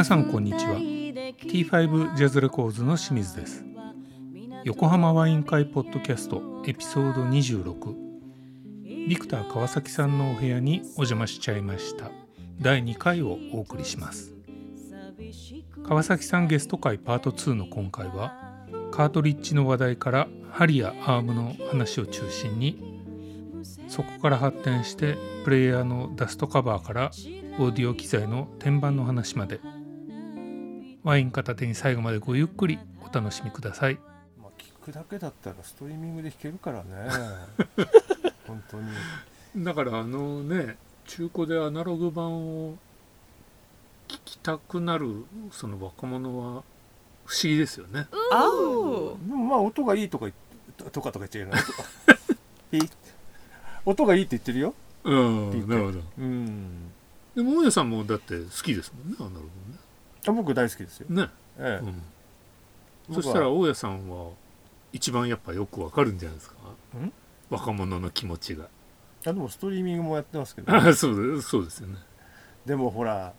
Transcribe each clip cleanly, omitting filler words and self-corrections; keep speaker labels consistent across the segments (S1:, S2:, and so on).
S1: 皆さんこんにちは。 T5 ジャズレコーズの清水です。横浜ワイン会ポッドキャストエピソード26、ビクター川崎さんのお部屋にお邪魔しちゃいました。第2回をお送りします。川崎さんゲスト会パート2の今回は、カートリッジの話題から針やアームの話を中心に、そこから発展してプレイヤーのダストカバーからオーディオ機材の天板の話まで、ワイン片手に最後までごゆっくりお楽しみください。
S2: 聞くだけだったらストリーミングで弾けるからね本当に。
S1: だから中古でアナログ版を聴きたくなるその若者は不思議ですよね。
S2: でも音がいいとか言っちゃいけない音がいいって言ってるよ。
S1: なるほど。でも大家さんもだって好きですもんね、アナログね。
S2: 僕大好きですよね。
S1: そしたら大家さんは一番やっぱよくわかるんじゃないですか、若者の気持ちが。
S2: でもストリーミングもやってますけど、ね、
S1: そうですよね。
S2: でもほら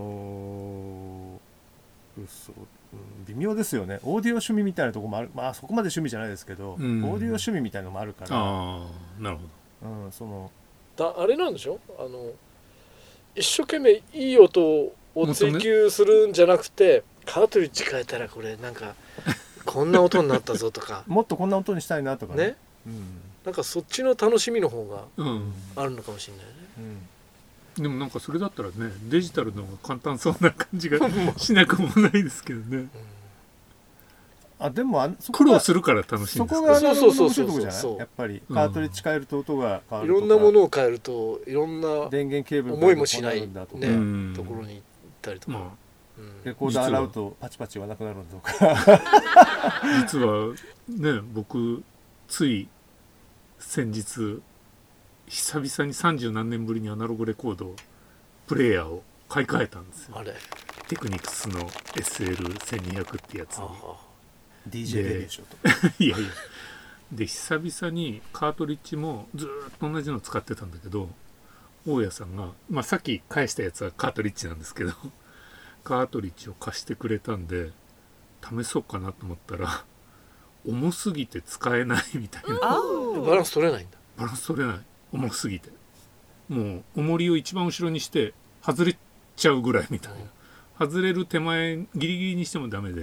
S2: 微妙ですよね。オーディオ趣味みたいなところもある。そこまで趣味じゃないですけど、オーディオ趣味みたいなのもあるから。
S1: なる
S3: ほど。あれなんでしょ、一生懸命いい音を追求するんじゃなくて、カートリッジ変えたらこれなんかこんな音になったぞとか
S2: もっとこんな音にしたいなとか ね、
S3: なんかそっちの楽しみの方があるのかもしれないね。
S1: でもなんかそれだったらね、デジタルの方が簡単そうな感じがしなくもないですけどね。
S2: でも
S1: 苦労するから楽しいんですか。
S2: そこが面白いとこじゃない。やっぱりカートリッジ変えると音が変わるとか、
S3: いろんなものを変えるといろんな
S2: 電源ケーブル
S3: 思いもしないところに行ったりとか、
S2: レコーダー洗うとパチパチはなくなるのとか
S1: 実はね、僕つい先日久々に30何年ぶりにアナログレコードプレイヤーを買い替えたんですよ。テクニクスの SL1200 ってやつに。
S2: DJ レビューしよう
S1: といやで久々にカートリッジもずっと同じの使ってたんだけど、大家さんが、さっき返したやつはカートリッジなんですけどカートリッジを貸してくれたんで試そうかなと思ったら、重すぎて使えないみたいな。
S3: バランス取れないんだ。
S1: バランス取れない、重すぎて。もう重りを一番後ろにして外れちゃうぐらいみたいな。外れる手前ギリギリにしてもダメで、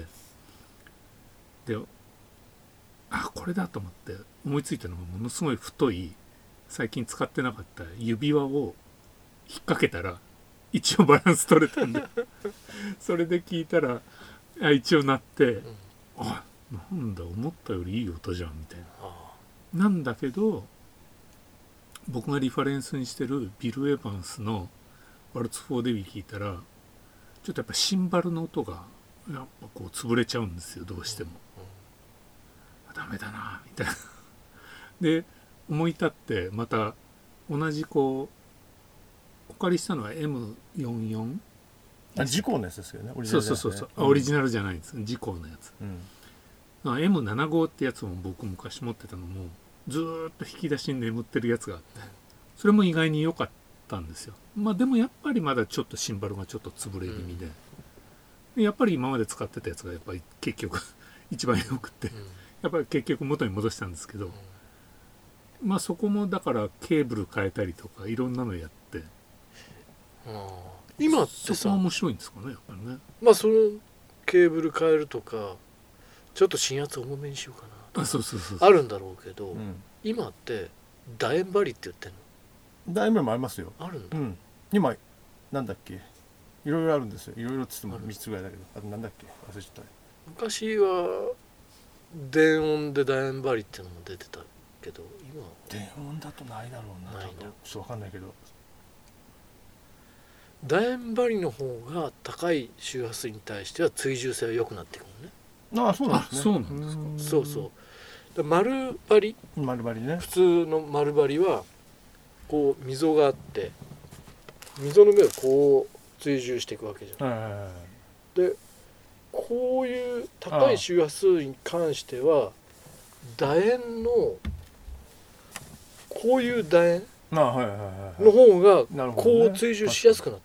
S1: これだと思って思いついたのが、ものすごい太い最近使ってなかった指輪を引っ掛けたら一応バランス取れたんでそれで聞いたら一応鳴って、なんだ思ったよりいい音じゃんみたいな。なんだけど僕がリファレンスにしてるビル・エヴァンスのワルツ・フォー・デビ聞いたら、ちょっとやっぱシンバルの音がやっぱこう潰れちゃうんですよ、どうしても。ダメだなみたいなで思い立ってまた同じお借りしたのは M44、
S2: ジコーのやつですよね。
S1: そうオリジナルじゃないんです、ジコーのやつ、M75 ってやつも僕昔持ってたのもずーっと引き出しに眠ってるやつがあって、それも意外に良かったんですよ。でもやっぱりまだちょっとシンバルがちょっと潰れ気味で、やっぱり今まで使ってたやつがやっぱり結局一番良くて、やっぱり結局元に戻したんですけど、そこもだからケーブル変えたりとかいろんなのやって、
S3: 今ってさ、
S1: そこは面白いんですかね、やっぱりね。
S3: そのケーブル変えるとか、ちょっと芯圧重めにしようかなとかあるんだろうけど、今って楕円針って言ってんの。
S2: 楕円針もありますよ。
S3: あるんだ。
S2: 今なんだっけ、いろいろあるんですよ。いろいろつっても3つぐらいだけど、あとなんだっけ忘れちゃった。
S3: 昔は電音で楕円針っていうのも出てたけど、今は
S2: 電音だとないだろうな。ちょっと分かんないけど、
S3: 楕円針の方が高い周波数に対しては追従性は良くなっていくのね。
S2: そうなんですね。
S1: そうなんですか。
S3: そう丸針
S2: ね。
S3: 普通の丸針はこう溝があって、溝の上をこう追従していくわけじゃん。でこういう高い周波数に関しては楕円のこういう楕円の方がこう追従しやすくなってくる。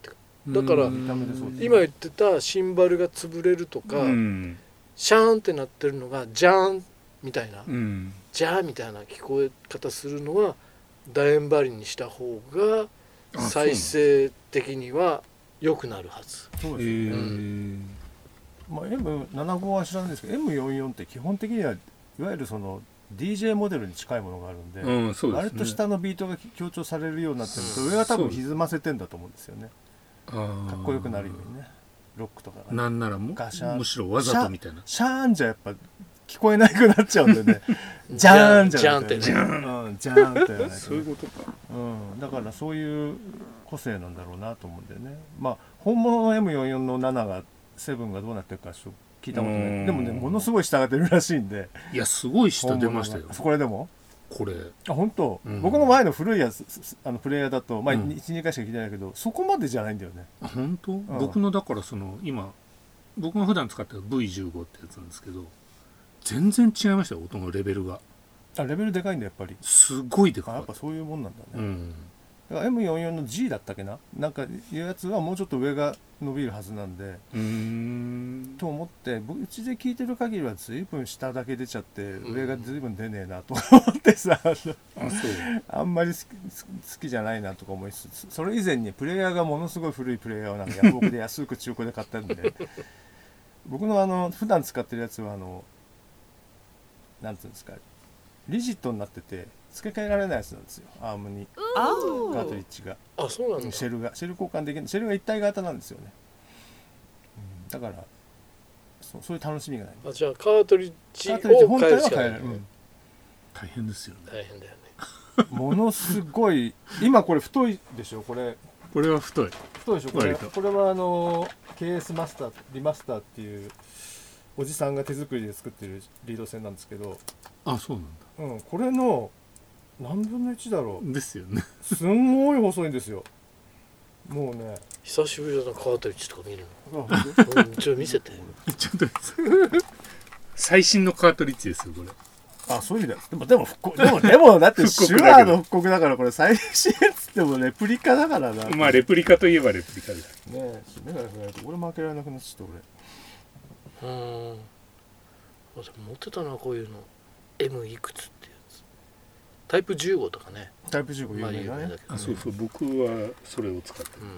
S3: だから
S2: 見た目でそうです
S3: 今言ってたシンバルが潰れるとか、シャーンってなってるのがジャーンみたいな、ジャーみたいな聞こえ方するのは楕円張りにした方が再生的には良くなるはず。
S2: そうですね。まあ、M75 は知らないですけど M44 って基本的にはいわゆるその DJ モデルに近いものがあるんで、割と下のビートが強調されるようになってると、上は多分歪ませてんだと思うんですよね。かっこよくなるようにね、ロックとかが、ね、
S1: なんならむしろわざとみたいな
S2: シャーンじゃやっぱ聞こえなくなっちゃうんでねジャーンじゃなくて、ね、ジャーンって
S1: そういうことか、
S2: だからそういう個性なんだろうなと思うんでね。まあ本物の M44 の7が7がどうなってるかちょっと聞いたことない。でもねものすごい下が出るらしいんで。
S1: いやすごい下出ましたよ。
S2: これでも
S1: これ
S2: 本当、僕の前の古いやつプレイヤーだと、まあ、12回しか聞いてないけどそこまでじゃないんだよね。
S1: 本当、僕のだからその今僕が普段使ってる V15 ってやつなんですけど全然違いましたよ、音のレベルが。
S2: レベルでかいんだやっぱり。
S1: すごいでかい。
S2: やっぱそういうもんなんだね。だから M44 の G だったっけな、なんかいうやつはもうちょっと上が伸びるはずなんでと思って、うちで聞いてる限りは随分下だけ出ちゃって上が随分出ねえなと思ってさあんまり好きじゃないなとか思いつつ、それ以前にプレイヤーがものすごい古いプレイヤーをなんかヤフオクで安く中古で買ったんで僕の普段使ってるやつはなんていうんですか、リジットになってて付け替えられないやつなんですよ、アームにカートリッジが。
S3: そうなんだ。
S2: シェル交換できない、シェルが一体型なんですよね。だからそういう楽しみがない。
S3: じゃあカートリッジを変えるしかない。
S1: 大変ですよね。
S3: 大変だよね。
S2: ものすごい今これ太いでしょ、これ
S1: は太い
S2: でしょ、これはKS マスターリマスターっていうおじさんが手作りで作ってるリード線なんですけど。
S1: そうなん
S2: だ。これの何分の1だろう
S1: ですよね。
S2: すんごい細いんですよ。もうね
S3: 久しぶりだな、カートリッジとか見るの。ちょっと見せて。
S1: ちょっと最新のカートリッジですよこれ。
S2: そういう意味だ。でもだってシュアーの復刻だから、これ最新っつってもレプリカだからな。
S1: まあレプリカといえばレプリカです
S2: ね。目がなくなると俺も開けられなくなっちゃった
S3: 俺。持ってたなこういうの。M いくつってやつ。タイプ15とかね。
S2: タイプ15有名だね。
S1: そう僕はそれを使ってます。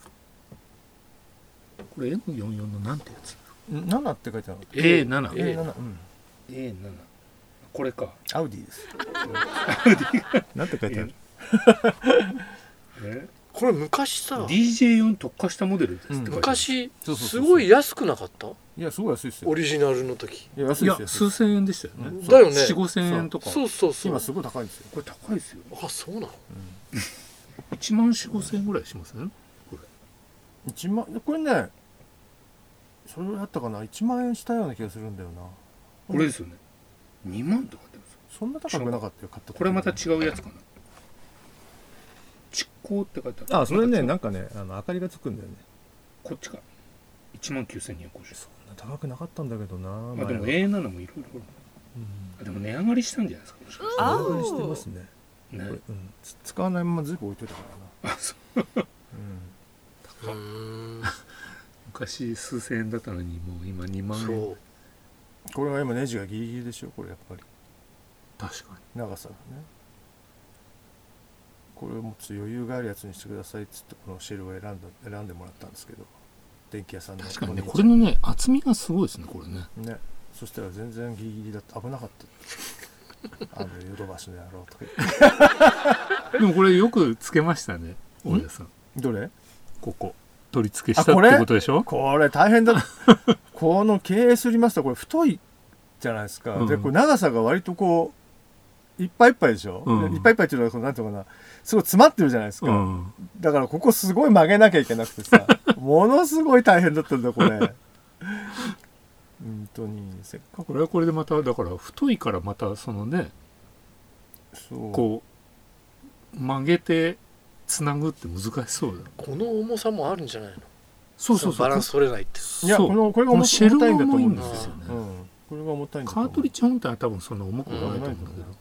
S1: これ M44 のなんてやつ
S2: ？7って書いてある。
S1: A7。これか。
S2: アウディです。なんて書いてある？
S3: これ昔さ
S1: DJ 用に特化したモデルですって。
S3: 昔すごい安くなかった？
S2: いやすごい安いですよ。
S3: オリジナルの時。
S1: いや数千円でしたよね。
S3: だよね。
S1: 4、5千円とか。
S3: そう
S2: 今すごい高いんですよ。
S1: これ高いですよ。
S3: そうなの
S1: ？1万4、5千円ぐらいしますねこれ。
S2: 1万これね、それぐらいあったかな。1万円したような気がするんだよな。
S1: これですよね。2万とかってます。
S2: そんな高くなかったよ、買った時。
S1: これまた違うやつかな。蓄光って書いてある。
S2: それね、なんかね、明かりがつくんだよね。
S1: こっちか。1万9250円。
S2: そんな高くなかったんだけどな。
S1: でも A7 もいろいろ。でも値上がりしたんじゃないですか。
S2: 値上がりしてますね。使わないままずいぶん置いといたからな。
S1: 高っ。昔数千円だったのにもう今2万円。
S2: これは今ネジがギリギリでしょ、これやっぱり。
S1: 確か
S2: に長さがね。これをもっと余裕があるやつにしてくださいっつってこのシェルを選んでもらったんですけど、電気屋さんの。
S1: 確かにね、これのね厚みがすごいですね、これね。
S2: そしたら全然ギリギリだった。危なかったヨドバシの野郎とか
S1: でもこれよくつけましたね、大家さん。
S2: どれ？
S1: ここ取り付けしたってことでしょ。
S2: これ大変だこの KS リマスターこれ太いじゃないですか。でこれ長さが割とこういっぱいいっぱいでしょ。いっぱいいっぱいっていうのはなんていうのかな、すごい詰まってるじゃないですか。だからここすごい曲げなきゃいけなくてさものすごい大変だったんだこれ本当に。せっかく
S1: これはこれでまただから太いからまたそのね、こう曲げてつなぐって難しそうだ。
S3: この重さもあるんじゃないの？
S1: そう
S3: バランス取れないって。
S2: いやこれが重たいんだと思うんですよね。これが重たいんだと思う。
S1: カートリッジ本体は多分そんな重くないと思うんだけ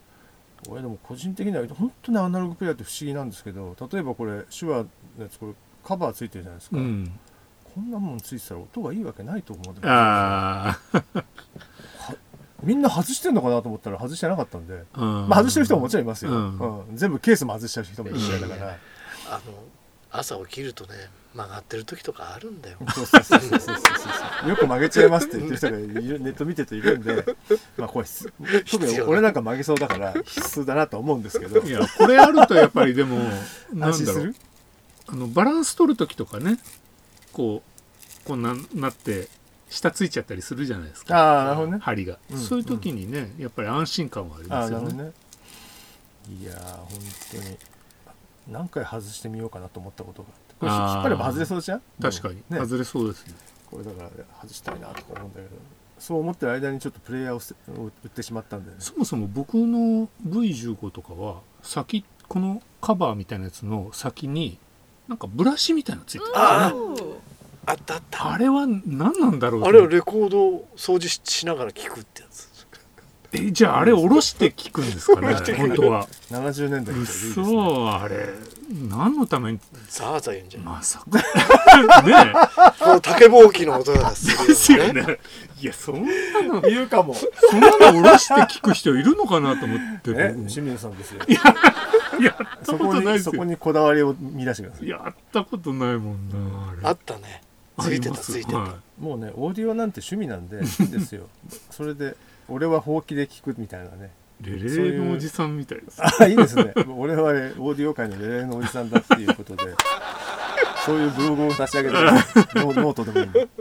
S1: ど。
S2: 俺でも個人的には本当にアナログプレイヤーって不思議なんですけど、例えばこれ手話のやつこれカバーついてるじゃないですか、
S1: うん、
S2: こんなもんついてたら音がいいわけないと思うんだけど、
S1: あ
S2: みんな外してんのかなと思ったら外してなかったんで、
S1: あ、うん、
S2: まあ、外してる人ももちろんいますよ、
S1: うん
S2: うん、全部ケースも外してる人もいるぐらいだから
S3: 朝起きるとね曲がってる時とかあるんだよ。
S2: そうよく曲げちゃいますって言ってる人がいる、ネット見てるといるんで、まあこれ特に俺なんか曲げそうだから必須だなと思うんですけど、
S1: いやこれあるとやっぱりでもなんだろう、
S2: 安心する。
S1: バランス取る時とかね、こうなって下ついちゃったりするじゃないですか。
S2: ああなるほどね。
S1: 針が、
S2: うん、
S1: そういう時にねやっぱり安心感はありますよね。
S2: ああなるほどね。いやー本当に何回外してみようかなと思ったことがあって、これ引っ張れば外れそうじゃん。
S1: 確かに、ね、外れそうですね。
S2: これだから外したいなとか思うんだけど、そう思ってる間にちょっとプレイヤーを売ってしまったんで、ね、
S1: そもそも僕の V15 とかは先このカバーみたいなやつの先になんかブラシみたいなのついてるんですよね。
S3: あったあった。
S1: あれは何なんだろう。
S3: あれはレコードを掃除 しながら聞くってやつ。
S1: じゃああれ下ろして聞くんですかね本当は。
S2: 70年代
S1: うそあれ何のために
S3: ザーザー言うんじゃない。
S1: まさかね
S3: えこの竹ぼうきの音がするよね。
S1: いやそんなの
S2: 言うかも。
S1: そんなの下ろして聞く人いるのかなと思って
S2: 清水さんですよ。
S1: やったことないですよ。
S2: そこにこだわりを見出してください。
S1: やったことないもんな。
S3: あったね。ついてたついてた、はい、
S2: もうねオーディオなんて趣味なんでいいんですよ。それで俺はほうきで聞くみたいなね。
S1: レレのおじさんみたいです。
S2: あいいですね。俺は、ね、オーディオ界のレレのおじさんだっていうことでそういうブログを立ち上げてノートでもいいんで。い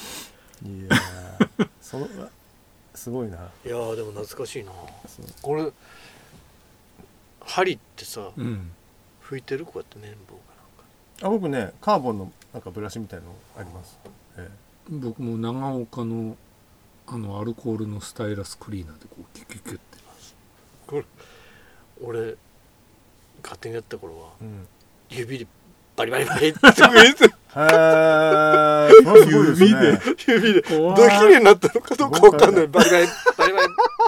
S2: やすごいな。
S3: いやでも懐かしいな。これ針ってさ、
S1: うん、
S3: 拭いてるこうやって綿棒か
S2: なんか。僕ねカーボンのなんかブラシみたいのあります、
S1: 僕も長岡のアルコールのスタイラスクリーナーでこうキュキュキュって
S3: これ俺勝手にやった頃は、うん、指でバリバリバリって指でどうきれいになったのかどうか分かんない。バリバリバリバリ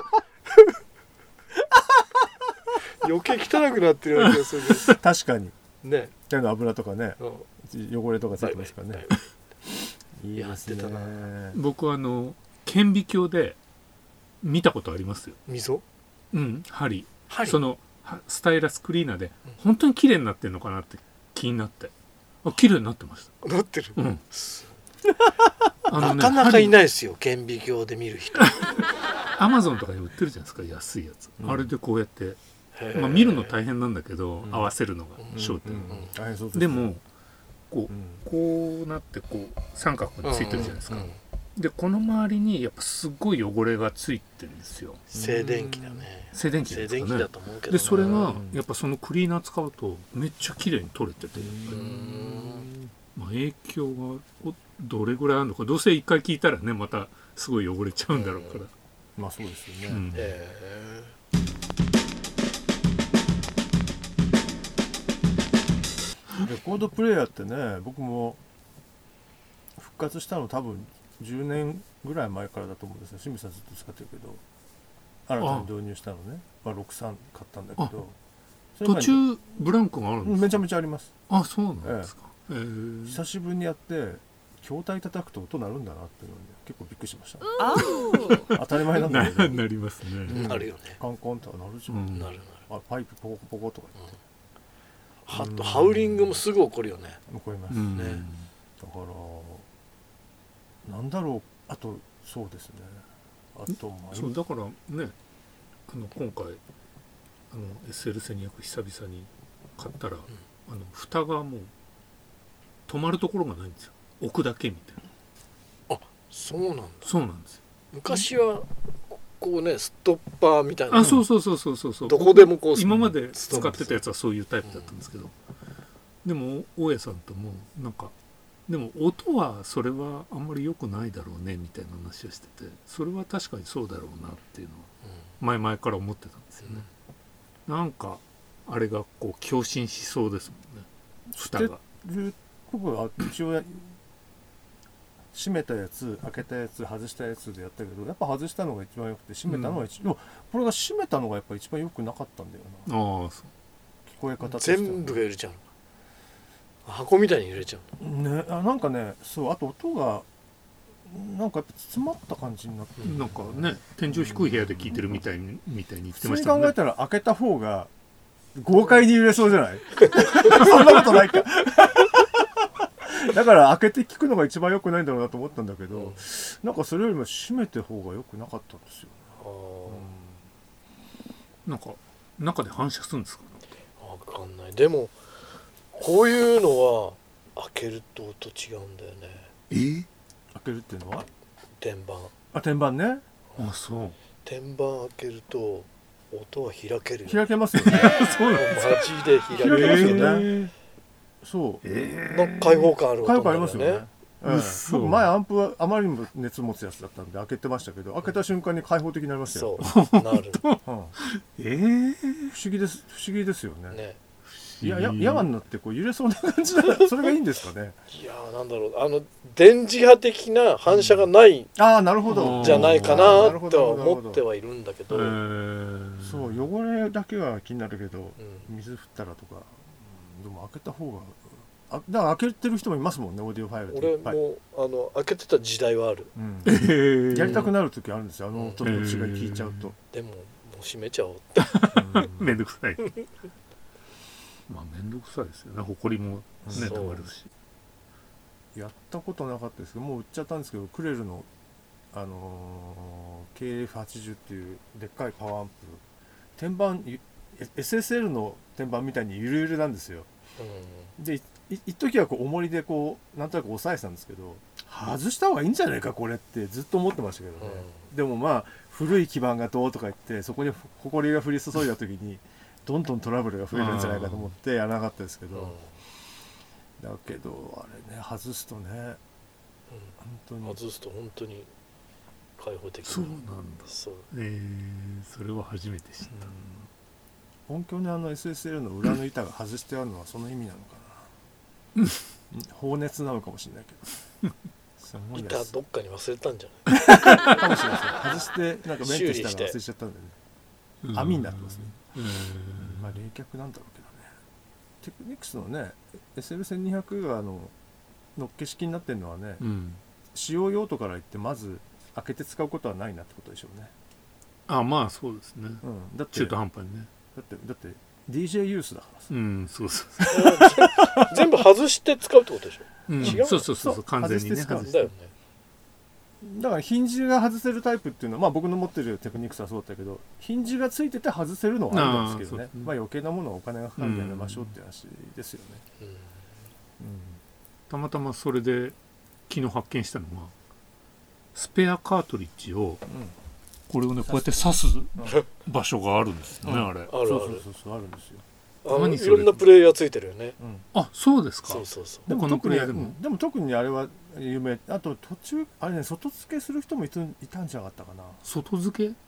S3: 余計汚くなってるような気がする。
S2: 確かに
S3: ね、
S2: 手の油とかね、汚れとかついてますからね。いいですね。
S1: 僕顕微鏡で見たことありますよ。
S3: 溝？
S1: うん、針。そのスタイラスクリーナーで本当に綺麗になってるのかなって気になって、綺麗になってました。
S3: なってる。
S1: うん。
S3: なかなかいないですよ顕微鏡で見る人。
S1: アマゾンとかに売ってるじゃないですか安いやつ。あれでこうやって。まあ、見るの大変なんだけど、合わせるのが焦点、でもこうなってこう三角についてるじゃないですか、でこの周りにやっぱすごい汚れがついてるんですよ。
S3: 静電気だね。
S1: 静電気ですかね。
S3: だと思うけど、
S1: でそれがやっぱそのクリーナー使うとめっちゃ綺麗に取れてて、まあ、影響がどれぐらいあるのか、どうせ一回聞いたらねまたすごい汚れちゃうんだろうから、
S2: まあそうですよね。レコードプレーヤーってね、僕も復活したの多分10年ぐらい前からだと思うんですよ。清水さんずっと使ってるけど新たに導入したのね、63買ったんだけど、
S1: 途中ブランクがあるんですか？
S2: めちゃめちゃあります。
S1: あ、そうなんですか。
S2: 久しぶりにやって筐体叩くと音鳴るんだなっていうのに結構びっくりしました。当たり前なんだけど
S1: なりますね。
S3: なるよね。
S2: カンカンとか鳴るじゃん。
S3: なる。
S2: パイプポコポコとか言って、
S3: ハウリングもすぐ起こるよね。
S2: 起こりますね。だからなんだろう、あとそうですね。あと
S1: そうだからね、今回SL1200 久々に買ったら、蓋がもう止まるところがないんですよ。置くだけみたいな。
S3: あ、そうなんだ。
S1: そうなんですよ。
S3: 昔はこうねストッパーみたいな。
S1: あ、そう
S3: どこでもこう
S1: 今まで使ってたやつはそういうタイプだったんですけど、でも大家さんともなんかでも音はそれはあんまり良くないだろうねみたいな話をしてて、それは確かにそうだろうなっていうのは前々から思ってたんですよね。なんかあれがこう共振しそうですもんね。蓋が。
S2: 僕は一応閉めたやつ開けたやつ外したやつでやったけど、やっぱ外したのが一番良くて閉めたのがでもこれが閉めたのがやっぱ一番良くなかったんだよな。
S1: ああ、そう。
S2: 聞こえ方としては
S3: 全部が入れちゃう。 箱みたいに揺れちゃう
S2: ね。なんかね、そう、あと音がなんかやっぱ詰まった感じになってる、
S1: なんかね、天井低い部屋で聞いてるみたいに言ってましたもんね。
S2: 普通に考えたら開けた方が豪快に揺れそうじゃないそんなことないかだから開けて聞くのが一番良くないんだろうなと思ったんだけど、なんかそれよりも閉めた方が良くなかったんですよね。
S1: なんか中で反射するんですか？
S3: 分かんない。でもこういうのは開けると音違うんだよね。
S2: 開けるっていうのは
S3: 天板。
S2: 天板ね。
S1: あ、そう。
S3: 天板開けると音は開けるよ。
S2: 開けますよね
S1: そうなん
S3: マジで開けますよね。
S2: そう。
S3: なんか開放感ある音
S2: 開放感ありますよね。僕前アンプはあまりにも熱持つやつだったんで開けてましたけど、開けた瞬間に開放的になりましたよ。
S3: そうなる
S2: 不思議ですよね。いや野湾になってこう揺れそうな感じだそれがいいんですかね。
S3: いやなんだろう、電磁波的な反射がない
S2: なるほど
S3: じゃないかなとは思ってはいるんだけど、
S2: そう汚れだけは気になるけど、水降ったらとか、でも開けた方がだから開けてる人もいますもんね、オーディオファイルっていっぱい。
S3: 俺も開けてた時代はある、
S2: やりたくなる時あるんですよ、音の違い聞いちゃうと。
S3: でももう閉めちゃおうって
S1: めんどくさいまあめんどくさいですよね、埃もねたまるし。
S2: やったことなかったですけど、もう売っちゃったんですけど、クレルのKF80 っていうでっかいパワーアンプ、天板 SSL の天板みたいにゆるゆるなんですよ。で一時はこう重りでこうなんとなく押さえてたんですけど、外した方がいいんじゃないかこれってずっと思ってましたけどね、でもまあ古い基板がどうとか言ってそこに埃が降り注いだ時にどんどんトラブルが増えるんじゃないかと思ってやらなかったですけど、だけどあれね外すとね、本当に
S3: 外すと本当に開放的。
S1: そうなんだ。それは初めて知った。
S2: 音響にSSL の裏の板が外してあるのはその意味なのかな放熱なのかもしれないけど
S3: 板どっかに忘れたんじゃない
S2: かもしれないですね。外してなんかメンテしたら忘れちゃったんでね、網になってますね。まあ冷却なんだろうけどね。テクニクスのね SL1200 がのっけ式になってるのはね、使用用途から言ってまず開けて使うことはないなってことでしょうね。
S1: まあそうですね、だって中途半端にね、
S2: だって DJ ユースだからさ。
S1: そうそう
S3: 全部外して使うってことでしょ。
S1: 違う。そう完全にね
S3: 外してだよね。
S2: だからヒンジが外せるタイプっていうのは、まあ僕の持ってるテクニクスはそうだったけど、ヒンジがついてて外せるのはあるんですけどね、まあ余計なものはお金がかかるんでやめましょうって話ですよね。
S1: たまたまそれで昨日発見したのがスペアカートリッジを、これをねこうやって刺す場所があるんですよね、あれ。
S2: そうあるんですよ。
S3: いろんなプレイヤーついてるよね。
S1: そうですか。
S3: そう
S1: でもプレイヤー
S2: でも特にあれは有名。あと途中あれね、外付けする人もいたんじゃなかったかな。
S1: 外付け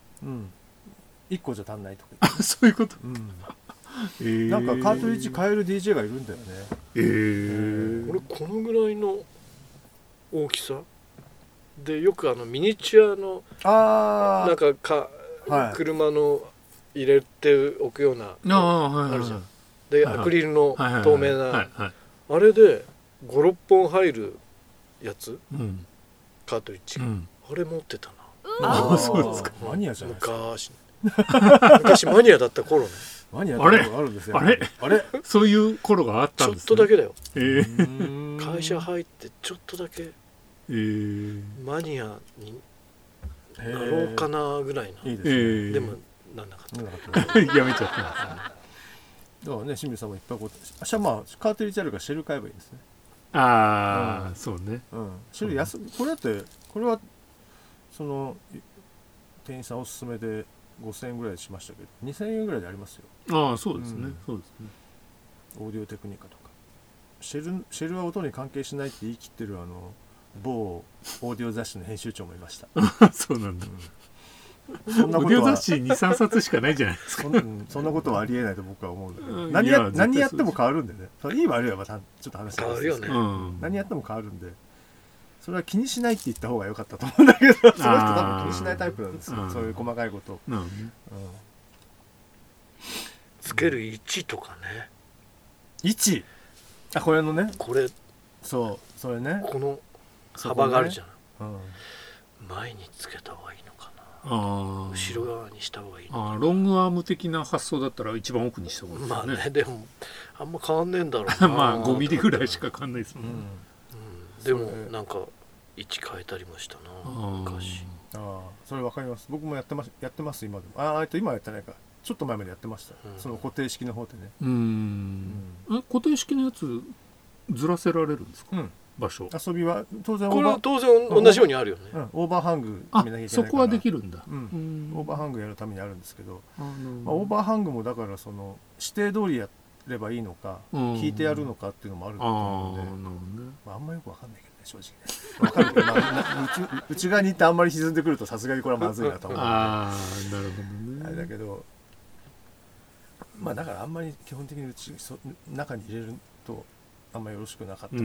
S2: 1個じゃ足んないとか。
S1: そういうこと。
S2: なんかカートリッジ変える DJ がいるんだよね。
S3: 俺このぐらいの大きさでよくミニチュアのなんか車の入れておくようなあるじゃん。でアクリルの透明なあれで5、6本入るやつ、カートリッジがあれ持ってたな。
S1: そうですか。
S2: マニアじゃないです
S3: か。昔マニアだった頃ね。
S2: マニアだった頃あるんですよ。あれ
S1: そういう頃があったんですね。
S3: ちょっとだけだよ。会社入ってちょっとだけマニアになろうかなぐらいな。でもなんなかった。
S1: やめちゃったんですね。だ
S2: からね、清水さんもいっぱいこうカートリッジあるからシェル買えばいいんですね。
S1: そうね。
S2: シェル安これだってこれはその店員さんおすすめで5000円ぐらいしましたけど2000円ぐらいでありますよ。
S1: そうですね。そうですね。
S2: オーディオテクニカとかシェルは音に関係しないって言い切ってる某オーディオ雑誌の編集長もいました。
S1: そうなんだ。そんなことはオーディオ雑誌 2,3 冊しかないじゃないですか。
S2: そんなことはありえないと僕は思うんだけど、何やっても変わるんでね。いい悪いはまたちょっと話変わるよね。何やっても変わるんで、それは気にしないって言った方が良かったと思うんだけど、その人多分気にしないタイプなんですよ。そういう細かいことを。
S3: つける位置とかね。
S2: 位置あこれのね
S3: これ
S2: そうそれね
S3: この幅があるじゃん、
S2: ねうん、
S3: 前につけた方がいいのかな
S1: あ
S3: 後ろ側にした方がいいのかな
S1: あロングアーム的な発想だったら一番奥にした方がいいです
S3: ま
S1: よね。
S3: あねでもあんま変わんねえんだろうな
S1: まあ5ミリぐらいしか変わんないですもんね。
S3: でもなんか位置変えたりもしたな昔。
S2: それ分かります。僕もやってます今でも。今やってないかちょっと前までやってました、その固定式の方でね。
S1: 固定式のやつずらせられるんですか、場所。
S2: 遊びは当然
S3: これは当然同じようにあるよね、
S2: オーバーハング決めなきゃいけないから
S1: そこはできるんだ、
S2: オーバーハングやるためにあるんですけど、オーバーハングもだからその指定通りやればいいのか、聞いてやるのかっていうのもあると思うので、あんまよく分かんないけどね正直ね。分かんない内側に行ってあんまり沈んでくるとさすがにこれはまずいなと思うので
S1: なるほどね。
S2: あれだけどまあだからあんまり基本的に中に入れるとあんまりよろしくなかった、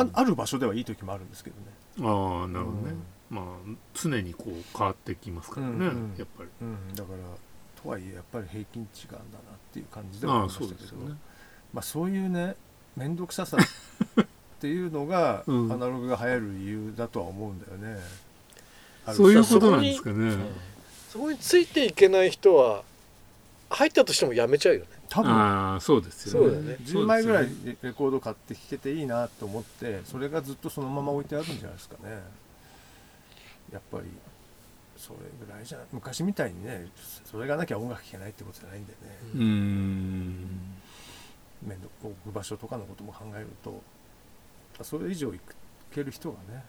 S2: ある場所ではいい時もあるんですけどね。
S1: なるほどね、まあ常にこう変わってきますからね、やっぱり、
S2: だからとはいえやっぱり平均値があるんだなっていう感じではありましたけど、そういうね面倒くささっていうのが、アナログが流行る理由だとは思うんだよね。
S1: そういうことなんですかね。
S3: そこについていけない人は入ったとしてもやめちゃうよね。
S2: 多分
S1: そうですよね。
S3: そうだね。
S2: 10枚ぐらいレコード買って聴けていいなと思ってそれがずっとそのまま置いてあるんじゃないですかね。やっぱりそれぐらいじゃ昔みたいにねそれがなきゃ音楽聴けないってことじゃないんでね。面倒置く場所とかのことも考えるとそれ以上いける人がね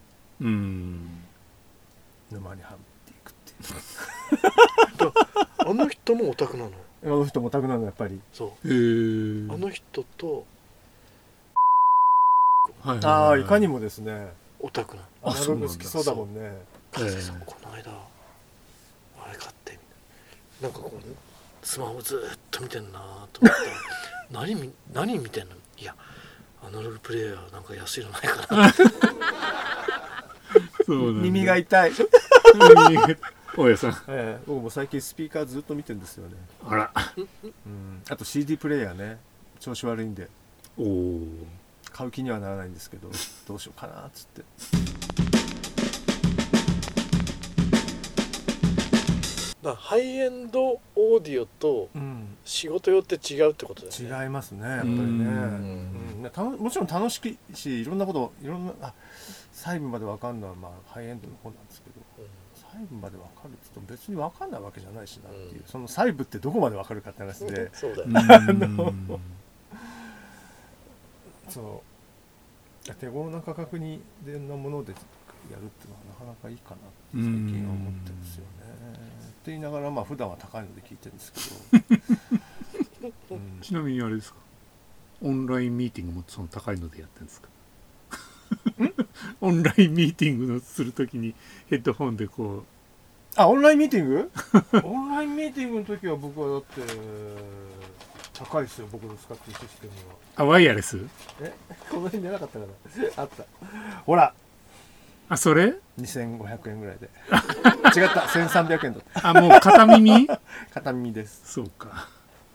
S2: 沼にはまっていくっていう
S3: あの人もオタクなの。
S2: あの人もオタクなのやっぱり。
S3: そうあの人と
S2: いかにもですね
S3: オタクな
S2: の。アナログ好きそうだもんね。
S3: この間あれ買ってなんかこうスマホずっと見てんなと思ったら何見てんの。いやアナログプレイヤーなんか安いのないかな
S2: 耳が痛い
S1: 大家さん、
S2: 僕も最近スピーカーずっと見てるんですよね。
S1: あら
S2: あと CD プレイヤーね調子悪いんで買う気にはならないんですけどどうしようかなっつって。
S3: ハイエンドオーディオと仕事用って違うってことだよね。
S2: 違いますねやっぱりね。もちろん楽しいしいろんな細部まで分かるのはハイエンドの方なんですけど、細部まで分かるって言っても別に分かんないわけじゃないしなっていう、その細部ってどこまで分かるかって話で
S3: そうだよ
S2: そう手頃な価格にでんなものでやるっていうのはなかなかいいかなって最近は思ってるんですよね。って言いながら普段は高いので聞いてるんですけど
S1: ちなみにあれですかオンラインミーティングもその高いのでやってるんですかオンラインミーティングのするときにヘッドホンでこう
S2: オンラインミーティングオンラインミーティングの時は僕はだって高いですよ僕の使ってるシステムは。
S1: ワイヤレス
S2: この辺じゃなかったかなあったほら
S1: それ
S2: 2500円ぐらいで違った1300円だった。
S1: もう片耳
S2: 片耳です。
S1: そうか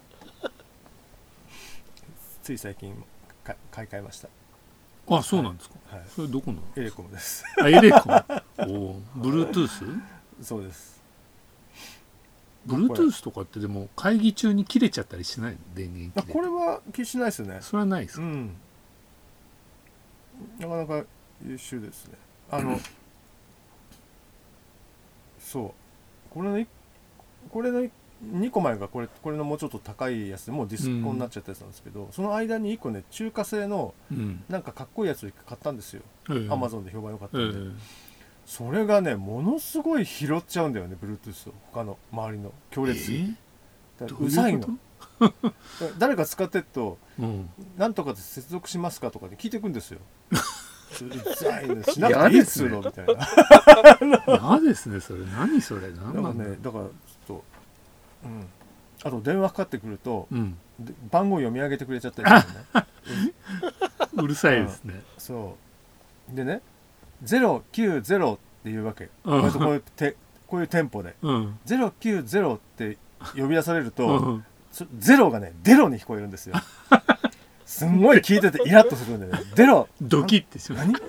S2: つい最近買い替えました。
S1: そうなんですか、それどこの
S2: エレコムです。
S1: エレコムBluetooth
S2: そうです。
S1: Bluetooth とかってでも会議中に切れちゃったりしないの電源切れ
S2: これは気にしないですね。
S1: それはないですか、
S2: なかなか優秀ですね。そうこれの2個前がこれのもうちょっと高いやつでもうディスコになっちゃったやつなんですけど、その間に1個ね中華製のなんかかっこいいやつを買ったんですよ、Amazon で評判良かったんで、それがねものすごい拾っちゃうんだよね Bluetooth を他の周りの強烈に、うざいの誰か使ってると、なんとかで接続しますかとかで聞いてくんですようざいのしなくていいっつうのみたいな
S1: 嫌ですねそれ。何それ何なんだろう。
S2: だからちょっとあと電話かかってくると、番号読み上げてくれちゃったりするね
S1: うるさいですね、
S2: そうでね090っていうわけ、こういうテンポで、090って呼び出されると、ゼロがねデロに聞こえるんですよすんごい聞いててイラッとするんでね、出ろ
S1: ドキッてします。
S2: 何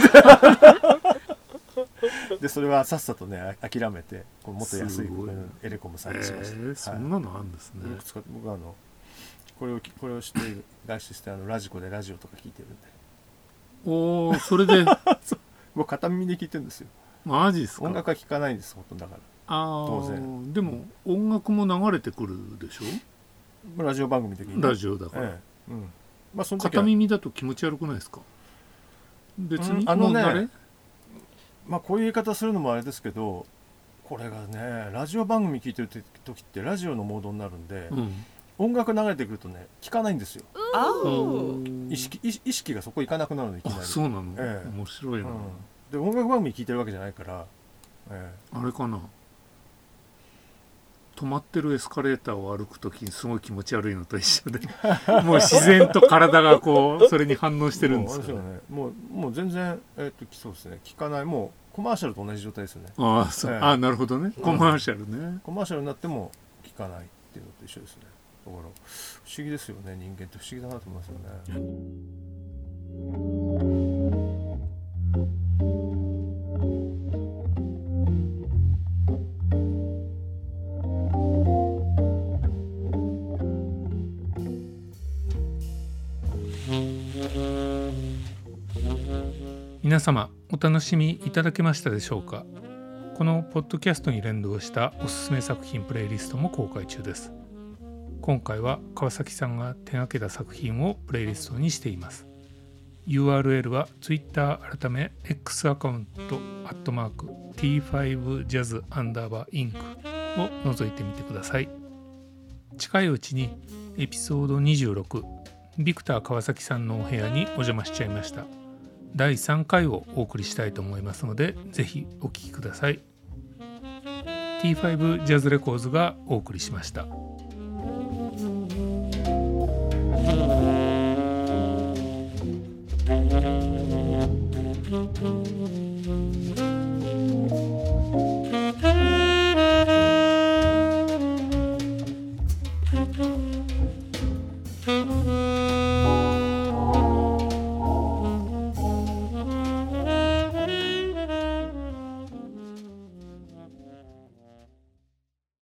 S2: でそれはさっさとね諦めて、こうもっと安いエレコムさんにしました。
S1: そんなのあるんですね。
S2: 僕はこれをして外出してラジコでラジオとか聞いてるんで。
S1: おー、それで
S2: 僕片耳で聞いてるんですよ。
S1: マジですか。
S2: 音楽は聞かないんですほとんどだから。当然。
S1: でも音楽も流れてくるでしょ。
S2: ラジオ番組的に。
S1: ラジオだから、
S2: まあ、その時は
S1: 片耳だと気持ち悪くないですか。別に
S2: まあこういう言い方するのもあれですけど、これがねラジオ番組聞いてる時ってラジオのモードになるんで、音楽流れてくるとね聞かないんですよ。意識がそこ行かなくなるのいきなり。
S1: そうなの、面白いな、
S2: で音楽番組聞いてるわけじゃないから、
S1: あれかな、止まってるエスカレーターを歩くときにすごい気持ち悪いのと一緒でもう自然と体がこうそれに反応してるんですかね。
S2: もう全然そうですね、聞かない。もうコマーシャルと同じ状態ですよね。
S1: なるほどね、コマーシャルね、
S2: コマーシャルになっても聞かないっていうのと一緒ですね。だから不思議ですよね、人間って不思議だなと思いますよね。
S1: 皆様お楽しみいただけましたでしょうか。このポッドキャストに連動したおすすめ作品プレイリストも公開中です。今回は川崎さんが手掛けた作品をプレイリストにしています。 URL は Twitter 改め X アカウント@T5Jazz_Inc を覗いてみてください。近いうちにエピソード26ビクター川崎さんのお部屋にお邪魔しちゃいました。第3回をお送りしたいと思いますので、ぜひお聞きください。T5 ジャズレコーズがお送りしました。